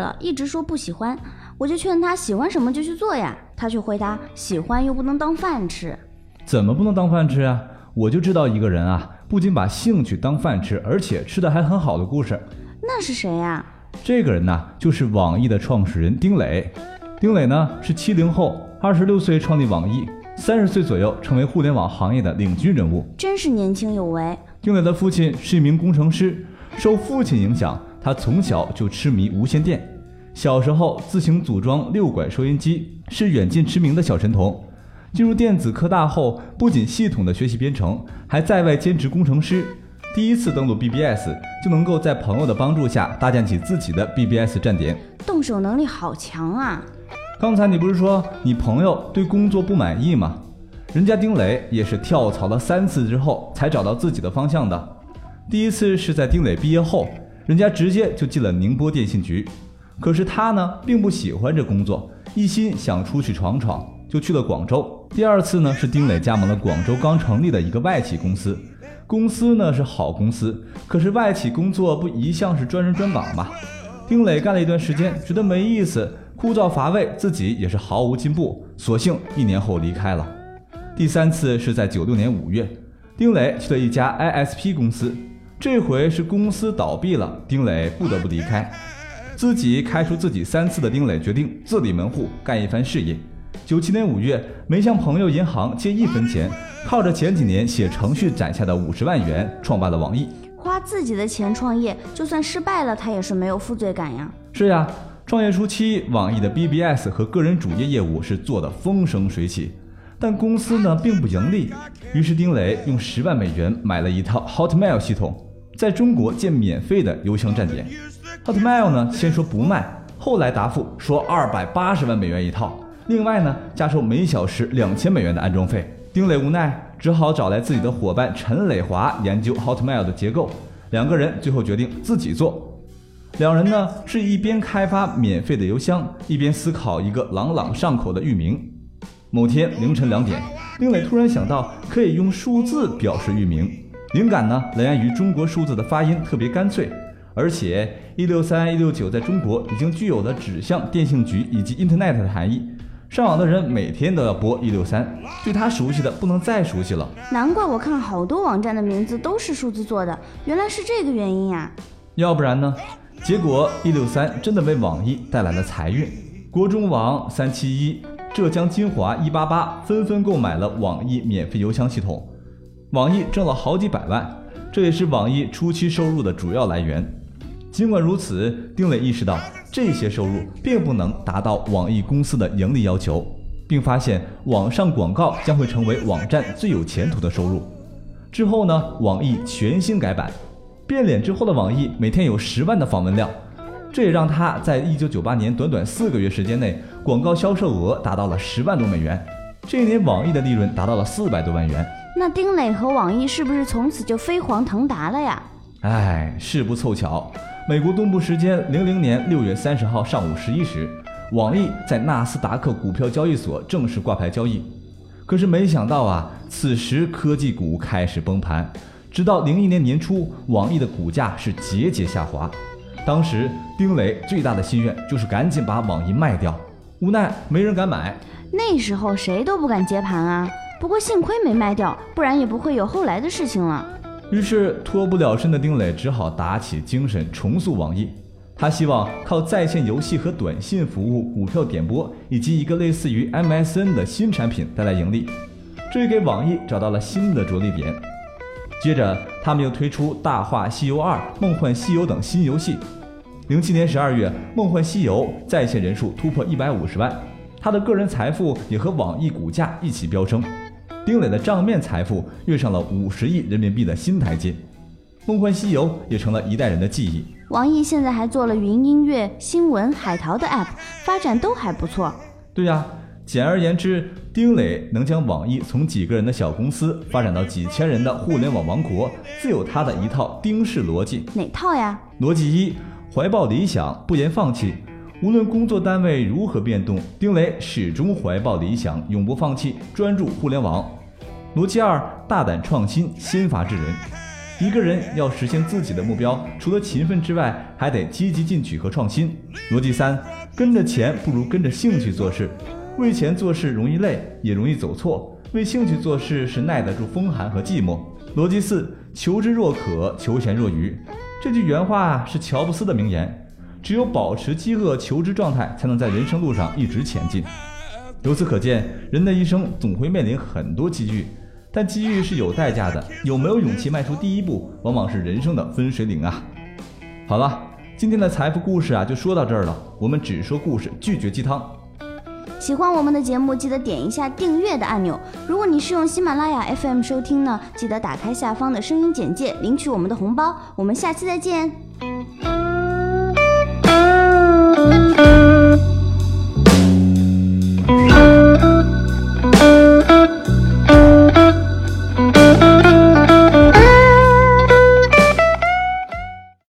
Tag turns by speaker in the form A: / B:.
A: 了，一直说不喜欢。我就劝他喜欢什么就去做呀，他却回答喜欢又不能当饭吃。
B: 怎么不能当饭吃啊？我就知道一个人啊，不仅把兴趣当饭吃，而且吃得还很好的故事。
A: 那是谁呀？
B: 这个人呢，就是网易的创始人丁磊。丁磊呢是70后，26岁创立网易，30岁左右成为互联网行业的领军人物，
A: 真是年轻有为。
B: 丁磊的父亲是一名工程师，受父亲影响，他从小就痴迷无线电。小时候自行组装6拐收音机，是远近驰名的小神童。进入电子科大后，不仅系统的学习编程，还在外兼职工程师。第一次登录 BBS 就能够在朋友的帮助下搭建起自己的 BBS 站点，
A: 动手能力好强啊。
B: 刚才你不是说你朋友对工作不满意吗？人家丁磊也是跳槽了3次之后才找到自己的方向的。第一次是在丁磊毕业后，人家直接就进了宁波电信局。可是他呢并不喜欢这工作，一心想出去闯闯，就去了广州。第二次呢是丁磊加盟了广州刚成立的一个外企公司，公司呢是好公司，可是外企工作不一向是专人专岗吗？丁磊干了一段时间，觉得没意思，枯燥乏味，自己也是毫无进步，索性1年后离开了。第三次是在96年5月，丁磊去了一家 ISP 公司，这回是公司倒闭了，丁磊不得不离开。自己开除自己3次的丁磊决定自立门户，干一番事业。97年5月，没向朋友银行借1分钱，靠着前几年写程序攒下的50万元，创办了网易。
A: 花自己的钱创业，就算失败了，他也是没有负罪感呀。
B: 是呀，创业初期，网易的 BBS 和个人主页业务是做得风生水起，但公司呢并不盈利。于是丁磊用10万美元买了一套 Hotmail 系统，在中国建免费的邮箱站点。Hotmail 呢先说不卖，后来答复说280万美元一套，另外呢加收每小时2000美元的安装费。丁磊无奈，只好找来自己的伙伴陈磊华研究 Hotmail 的结构，两个人最后决定自己做。两人呢是一边开发免费的邮箱，一边思考一个朗朗上口的域名。某天凌晨2点，丁磊突然想到可以用数字表示域名，灵感呢来源于中国数字的发音特别干脆，而且163、169在中国已经具有了指向电信局以及 Internet 的含义。上网的人每天都要拨163，对他熟悉的不能再熟悉了。
A: 难怪我看好多网站的名字都是数字做的，原来是这个原因呀。
B: 要不然呢？结果163真的为网易带来了财运，国中网、371、浙江金华188纷纷购买了网易免费邮箱系统，网易挣了好几百万，这也是网易初期收入的主要来源。尽管如此，丁磊意识到这些收入并不能达到网易公司的盈利要求，并发现网上广告将会成为网站最有前途的收入。之后呢，网易全新改版，变脸之后的网易每天有10万的访问量，这也让他在1998年短短4个月时间内，广告销售额达到了10万多美元。这一年网易的利润达到了400多万元。
A: 那丁磊和网易是不是从此就飞黄腾达了呀？
B: 哎，是不凑巧，美国东部时间00年6月30号上午11时，网易在纳斯达克股票交易所正式挂牌交易。可是没想到啊，此时科技股开始崩盘，直到01年年初，网易的股价是节节下滑。当时丁磊最大的心愿就是赶紧把网易卖掉，无奈没人敢买。
A: 那时候谁都不敢接盘啊，不过幸亏没卖掉，不然也不会有后来的事情了。
B: 于是脱不了身的丁磊只好打起精神重塑网易。他希望靠在线游戏和短信服务、股票点播以及一个类似于 MSN 的新产品带来盈利，这也给网易找到了新的着力点。接着他们又推出《大话西游2》《梦幻西游》等新游戏。07年12月，《梦幻西游》在线人数突破150万，他的个人财富也和网易股价一起飙升。丁磊的账面财富跃上了50亿人民币的新台阶，梦幻西游也成了一代人的记忆。
A: 网易现在还做了云音乐、新闻、海淘的 app， 发展都还不错。
B: 对呀，简而言之，丁磊能将网易从几个人的小公司发展到几千人的互联网王国，自有他的一套丁氏逻辑。
A: 哪套呀？
B: 逻辑1：怀抱理想，不言放弃。无论工作单位如何变动，丁磊始终怀抱理想，永不放弃，专注互联网。逻辑2：大胆创新，先发制人。 一个人要实现自己的目标，除了勤奋之外，还得积极进取和创新。逻辑3，跟着钱不如跟着兴趣做事。为钱做事容易累，也容易走错；为兴趣做事是耐得住风寒和寂寞。逻辑4，求知若渴，求贤若愚。这句原话是乔布斯的名言，只有保持饥饿求知状态，才能在人生路上一直前进。由此可见，人的一生总会面临很多机遇，但机遇是有代价的，有没有勇气迈出第一步，往往是人生的分水岭啊。好了，今天的财富故事就说到这儿了，我们只说故事，拒绝鸡汤。
A: 喜欢我们的节目，记得点一下订阅的按钮。如果你是用喜马拉雅 FM 收听呢，记得打开下方的声音简介，领取我们的红包。我们下期再见。